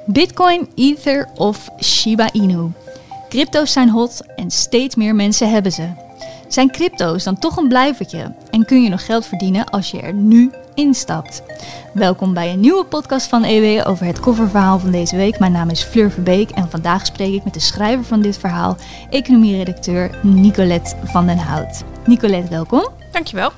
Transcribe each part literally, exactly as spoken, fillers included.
Bitcoin, Ether of Shiba Inu. Crypto's zijn hot en steeds meer mensen hebben ze. Zijn crypto's dan toch een blijvertje? En kun je nog geld verdienen als je er nu instapt? Welkom bij een nieuwe podcast van E W over het coververhaal van deze week. Mijn naam is Fleur Verbeek en vandaag spreek ik met de schrijver van dit verhaal, economieredacteur Nicolette van den Hout. Nicolette, welkom. Dankjewel.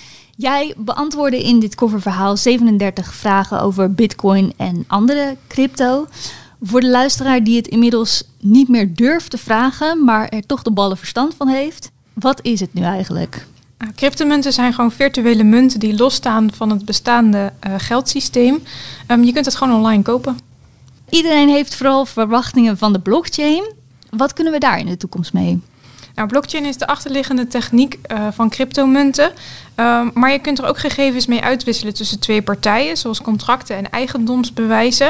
Jij beantwoordde in dit coververhaal zevenendertig vragen over Bitcoin en andere crypto. Voor de luisteraar die het inmiddels niet meer durft te vragen, maar er toch de ballen verstand van heeft, wat is het nu eigenlijk? Nou, cryptomunten zijn gewoon virtuele munten die losstaan van het bestaande uh, geldsysteem. Um, je kunt het gewoon online kopen. Iedereen heeft vooral verwachtingen van de blockchain. Wat kunnen we daar in de toekomst mee? Nou, blockchain is de achterliggende techniek uh, van cryptomunten. Um, maar je kunt er ook gegevens mee uitwisselen tussen twee partijen, zoals contracten en eigendomsbewijzen.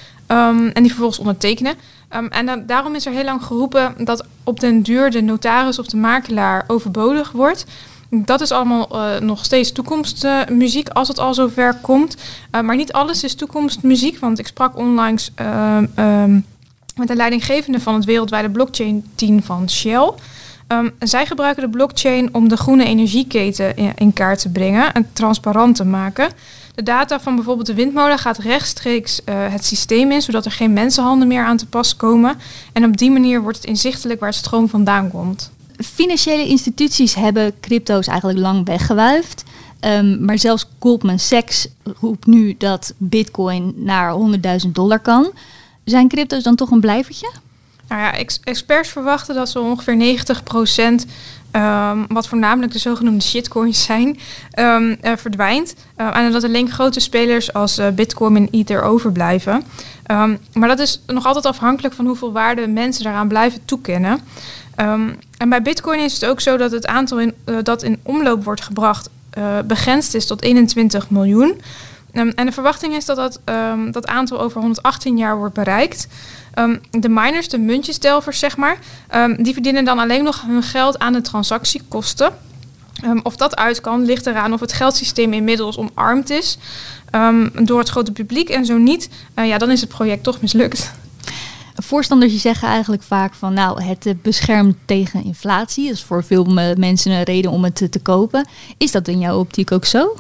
Um, en die vervolgens ondertekenen. Um, en dan, daarom is er heel lang geroepen dat op den duur de notaris of de makelaar overbodig wordt. Dat is allemaal uh, nog steeds toekomstmuziek uh, als het al zover komt. Uh, maar niet alles is toekomstmuziek, want ik sprak onlangs uh, um, met de leidinggevende van het wereldwijde blockchain-team van Shell. Um, zij gebruiken de blockchain om de groene energieketen in, in kaart te brengen en transparant te maken. De data van bijvoorbeeld de windmolen gaat rechtstreeks uh, het systeem in, zodat er geen mensenhanden meer aan te pas komen. En op die manier wordt het inzichtelijk waar het stroom vandaan komt. Financiële instituties hebben crypto's eigenlijk lang weggewuifd. Um, maar zelfs Goldman Sachs roept nu dat Bitcoin naar honderdduizend dollar kan. Zijn crypto's dan toch een blijvertje? Nou ja, ex- experts verwachten dat zo ongeveer negentig procent, um, wat voornamelijk de zogenoemde shitcoins zijn, um, uh, verdwijnt. Uh, en dat alleen grote spelers als uh, Bitcoin en Ether overblijven. Um, maar dat is nog altijd afhankelijk van hoeveel waarde mensen daaraan blijven toekennen. Um, en bij Bitcoin is het ook zo dat het aantal in, uh, dat in omloop wordt gebracht uh, begrensd is tot eenentwintig miljoen. Um, en de verwachting is dat dat, um, dat aantal over honderdachttien jaar wordt bereikt. Um, de miners, de muntjesdelvers zeg maar, um, die verdienen dan alleen nog hun geld aan de transactiekosten. Um, of dat uit kan, ligt eraan of het geldsysteem inmiddels omarmd is um, door het grote publiek. En zo niet, uh, ja, dan is het project toch mislukt. Voorstanders die zeggen eigenlijk vaak van nou, het beschermt tegen inflatie. Dat is voor veel mensen een reden om het te, te kopen. Is dat in jouw optiek ook zo?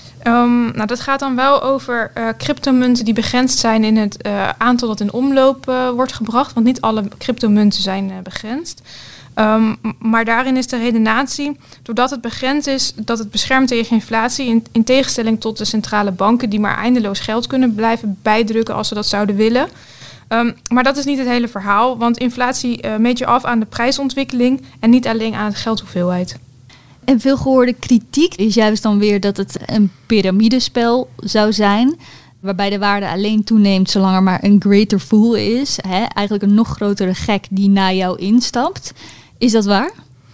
Um, nou, dat gaat dan wel over uh, cryptomunten die begrensd zijn in het uh, aantal dat in omloop uh, wordt gebracht. Want niet alle cryptomunten zijn uh, begrensd. Um, maar daarin is de redenatie, doordat het begrensd is, dat het beschermt tegen inflatie. In, in tegenstelling tot de centrale banken die maar eindeloos geld kunnen blijven bijdrukken als ze dat zouden willen. Um, maar dat is niet het hele verhaal, want inflatie uh, meet je af aan de prijsontwikkeling en niet alleen aan de geldhoeveelheid. En veel gehoorde kritiek is juist dan weer dat het een piramidespel zou zijn, waarbij de waarde alleen toeneemt zolang er maar een greater fool is. Hè? Eigenlijk een nog grotere gek die na jou instapt. Is dat waar?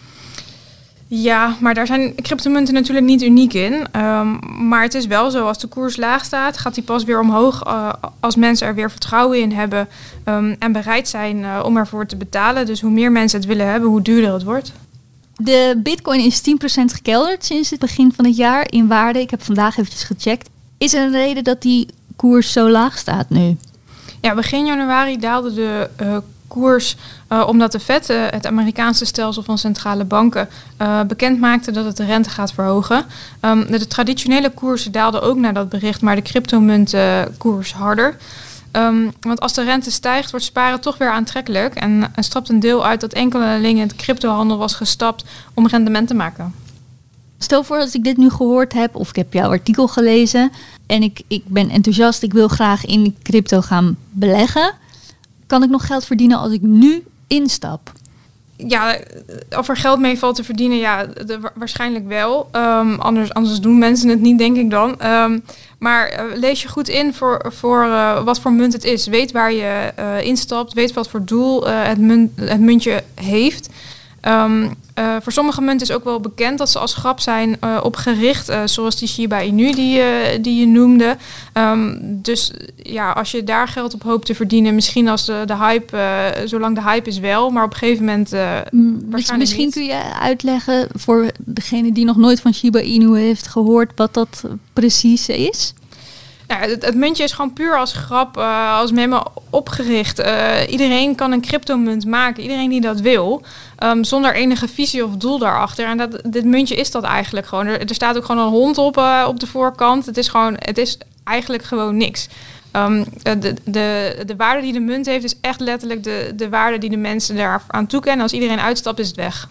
Ja, maar daar zijn cryptomunten natuurlijk niet uniek in. Um, maar het is wel zo, als de koers laag staat, gaat die pas weer omhoog uh, als mensen er weer vertrouwen in hebben um, en bereid zijn uh, om ervoor te betalen. Dus hoe meer mensen het willen hebben, hoe duurder het wordt. De bitcoin is tien procent gekelderd sinds het begin van het jaar in waarde. Ik heb vandaag eventjes gecheckt. Is er een reden dat die koers zo laag staat nu? Ja, begin januari daalde de uh, koers uh, omdat de Fed, uh, het Amerikaanse stelsel van centrale banken, uh, bekend maakte dat het de rente gaat verhogen. Um, de, de traditionele koersen daalden ook na dat bericht, maar de cryptomuntenkoers harder. Um, want als de rente stijgt, wordt sparen toch weer aantrekkelijk. En, en stapt een deel uit dat enkel en alleen in de cryptohandel was gestapt om rendement te maken. Stel voor dat ik dit nu gehoord heb, of ik heb jouw artikel gelezen en ik, ik ben enthousiast, ik wil graag in crypto gaan beleggen. Kan ik nog geld verdienen als ik nu instap? Ja, of er geld mee valt te verdienen, ja, de, waarschijnlijk wel. Um, anders, anders doen mensen het niet, denk ik dan. Um, maar uh, lees je goed in voor, voor uh, wat voor munt het is. Weet waar je uh, instapt, weet wat voor doel uh, het, munt, het muntje heeft. Um, uh, voor sommige munten is ook wel bekend dat ze als grap zijn uh, opgericht, uh, zoals die Shiba Inu die, uh, die je noemde. Um, dus ja, als je daar geld op hoopt te verdienen, misschien als de, de hype, uh, zolang de hype is wel, maar op een gegeven moment uh, mm, waarschijnlijk Misschien niet. kun je uitleggen voor degene die nog nooit van Shiba Inu heeft gehoord wat dat precies is? Ja, het, het muntje is gewoon puur als grap, uh, als memo opgericht. Uh, iedereen kan een cryptomunt maken, iedereen die dat wil. Um, zonder enige visie of doel daarachter. En dat, dit muntje is dat eigenlijk gewoon. Er, er staat ook gewoon een hond op, uh, op de voorkant. Het is gewoon, het is eigenlijk gewoon niks. Um, de, de, de waarde die de munt heeft is echt letterlijk de, de waarde die de mensen daar aan toekennen. Als iedereen uitstapt is het weg.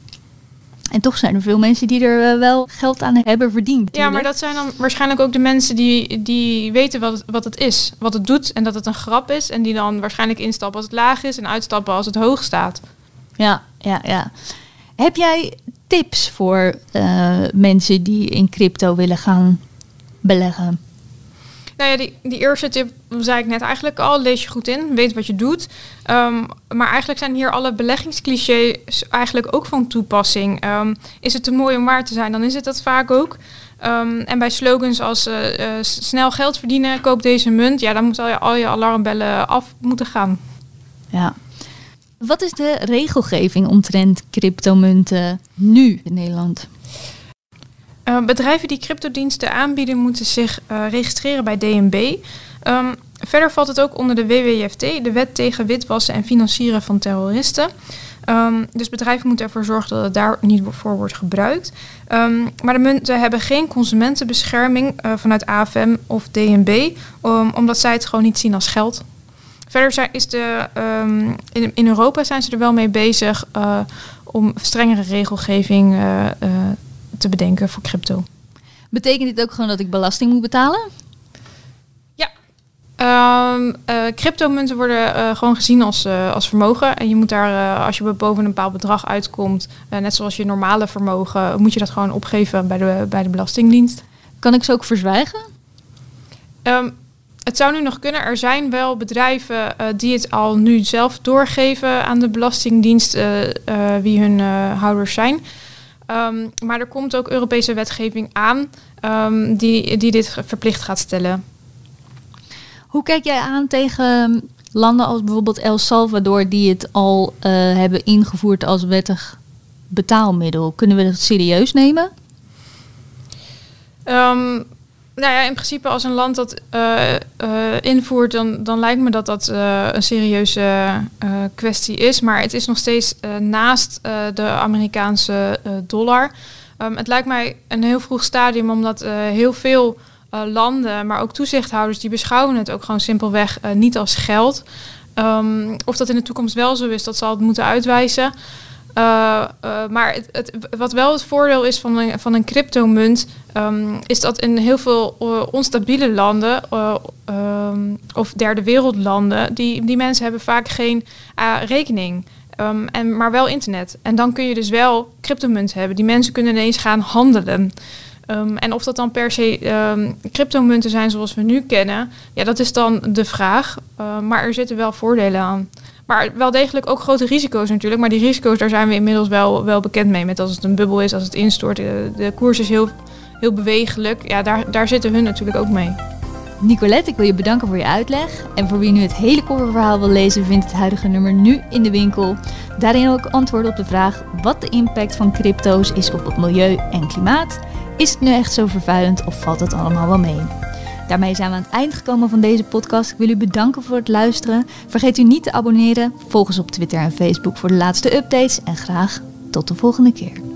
En toch zijn er veel mensen die er uh, wel geld aan hebben verdiend. Natuurlijk. Ja, maar dat zijn dan waarschijnlijk ook de mensen die, die weten wat het, wat het is. Wat het doet en dat het een grap is. En die dan waarschijnlijk instappen als het laag is en uitstappen als het hoog staat. Ja, ja, ja. Heb jij tips voor uh, mensen die in crypto willen gaan beleggen? Nou ja, die, die eerste tip zei ik net eigenlijk al. Lees je goed in, weet wat je doet. Um, maar eigenlijk zijn hier alle beleggingsclichés eigenlijk ook van toepassing. Um, is het te mooi om waar te zijn, dan is het dat vaak ook. Um, en bij slogans als uh, uh, snel geld verdienen, koop deze munt. Ja, dan moet al je, al je alarmbellen af moeten gaan. Ja. Wat is de regelgeving omtrent cryptomunten nu in Nederland? Uh, bedrijven die cryptodiensten aanbieden moeten zich uh, registreren bij D N B. Um, verder valt het ook onder de W W F T, de Wet tegen witwassen en financieren van terroristen. Um, dus bedrijven moeten ervoor zorgen dat het daar niet voor wordt gebruikt. Um, maar de munten hebben geen consumentenbescherming uh, vanuit A F M of D N B, um, omdat zij het gewoon niet zien als geld. Verder zijn, is de, um, in, in Europa zijn ze er wel mee bezig uh, om strengere regelgeving uh, uh, te bedenken voor crypto. Betekent dit ook gewoon dat ik belasting moet betalen? Ja. Um, uh, cryptomunten worden uh, gewoon gezien als, uh, als vermogen. En je moet daar, uh, als je boven een bepaald bedrag uitkomt, uh, net zoals je normale vermogen, moet je dat gewoon opgeven bij de, bij de Belastingdienst. Kan ik ze ook verzwijgen? Um, het zou nu nog kunnen. Er zijn wel bedrijven uh, die het al nu zelf doorgeven aan de Belastingdienst, uh, uh, wie hun uh, houders zijn. Um, maar er komt ook Europese wetgeving aan um, die, die dit verplicht gaat stellen. Hoe kijk jij aan tegen landen als bijvoorbeeld El Salvador die het al uh, hebben ingevoerd als wettig betaalmiddel? Kunnen we dat serieus nemen? Um, nou ja, in principe als een land dat uh, uh, invoert, dan, dan lijkt me dat dat uh, een serieuze uh, kwestie is. Maar het is nog steeds uh, naast uh, de Amerikaanse uh, dollar. Um, het lijkt mij een heel vroeg stadium, omdat uh, heel veel uh, landen, maar ook toezichthouders, die beschouwen het ook gewoon simpelweg uh, niet als geld. Um, of dat in de toekomst wel zo is, dat zal het moeten uitwijzen. Uh, uh, maar het, het, wat wel het voordeel is van een, van een cryptomunt, um, is dat in heel veel uh, onstabiele landen uh, um, of derde wereldlanden, die, die mensen hebben vaak geen uh, rekening, um, en, maar wel internet. En dan kun je dus wel cryptomunt hebben. Die mensen kunnen ineens gaan handelen. Um, en of dat dan per se um, cryptomunten zijn zoals we nu kennen, ja, dat is dan de vraag. Uh, maar er zitten wel voordelen aan. Maar wel degelijk ook grote risico's natuurlijk. Maar die risico's, daar zijn we inmiddels wel, wel bekend mee. Met als het een bubbel is, als het instort. De, de koers is heel, heel bewegelijk. Ja, daar, daar zitten hun natuurlijk ook mee. Nicolette, ik wil je bedanken voor je uitleg. En voor wie nu het hele coververhaal wil lezen, vindt het huidige nummer nu in de winkel. Daarin ook antwoorden op de vraag wat de impact van crypto's is op het milieu en klimaat. Is het nu echt zo vervuilend of valt het allemaal wel mee? Daarmee zijn we aan het eind gekomen van deze podcast. Ik wil u bedanken voor het luisteren. Vergeet u niet te abonneren. Volg ons op Twitter en Facebook voor de laatste updates. En graag tot de volgende keer.